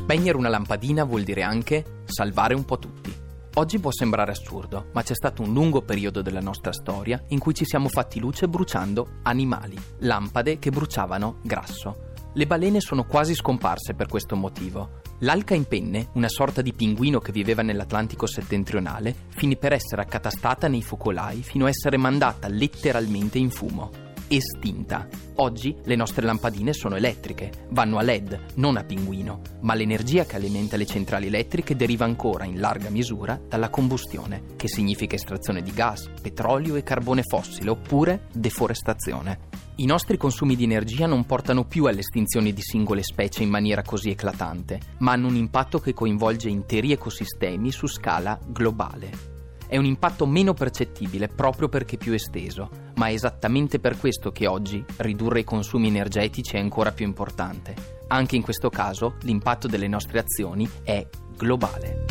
Spegnere una lampadina vuol dire anche salvare un po' tutti. Oggi può sembrare assurdo, ma c'è stato un lungo periodo della nostra storia in cui ci siamo fatti luce bruciando animali, lampade che bruciavano grasso. Le balene sono quasi scomparse per questo motivo. L'alca in penne, una sorta di pinguino che viveva nell'Atlantico settentrionale, finì per essere accatastata nei focolai fino a essere mandata letteralmente in fumo. Estinta. Oggi le nostre lampadine sono elettriche, vanno a LED, non a pinguino, ma l'energia che alimenta le centrali elettriche deriva ancora in larga misura dalla combustione, che significa estrazione di gas, petrolio e carbone fossile, oppure deforestazione. I nostri consumi di energia non portano più all'estinzione di singole specie in maniera così eclatante, ma hanno un impatto che coinvolge interi ecosistemi su scala globale. È un impatto meno percettibile proprio perché più esteso, ma è esattamente per questo che oggi ridurre i consumi energetici è ancora più importante. Anche in questo caso l'impatto delle nostre azioni è globale.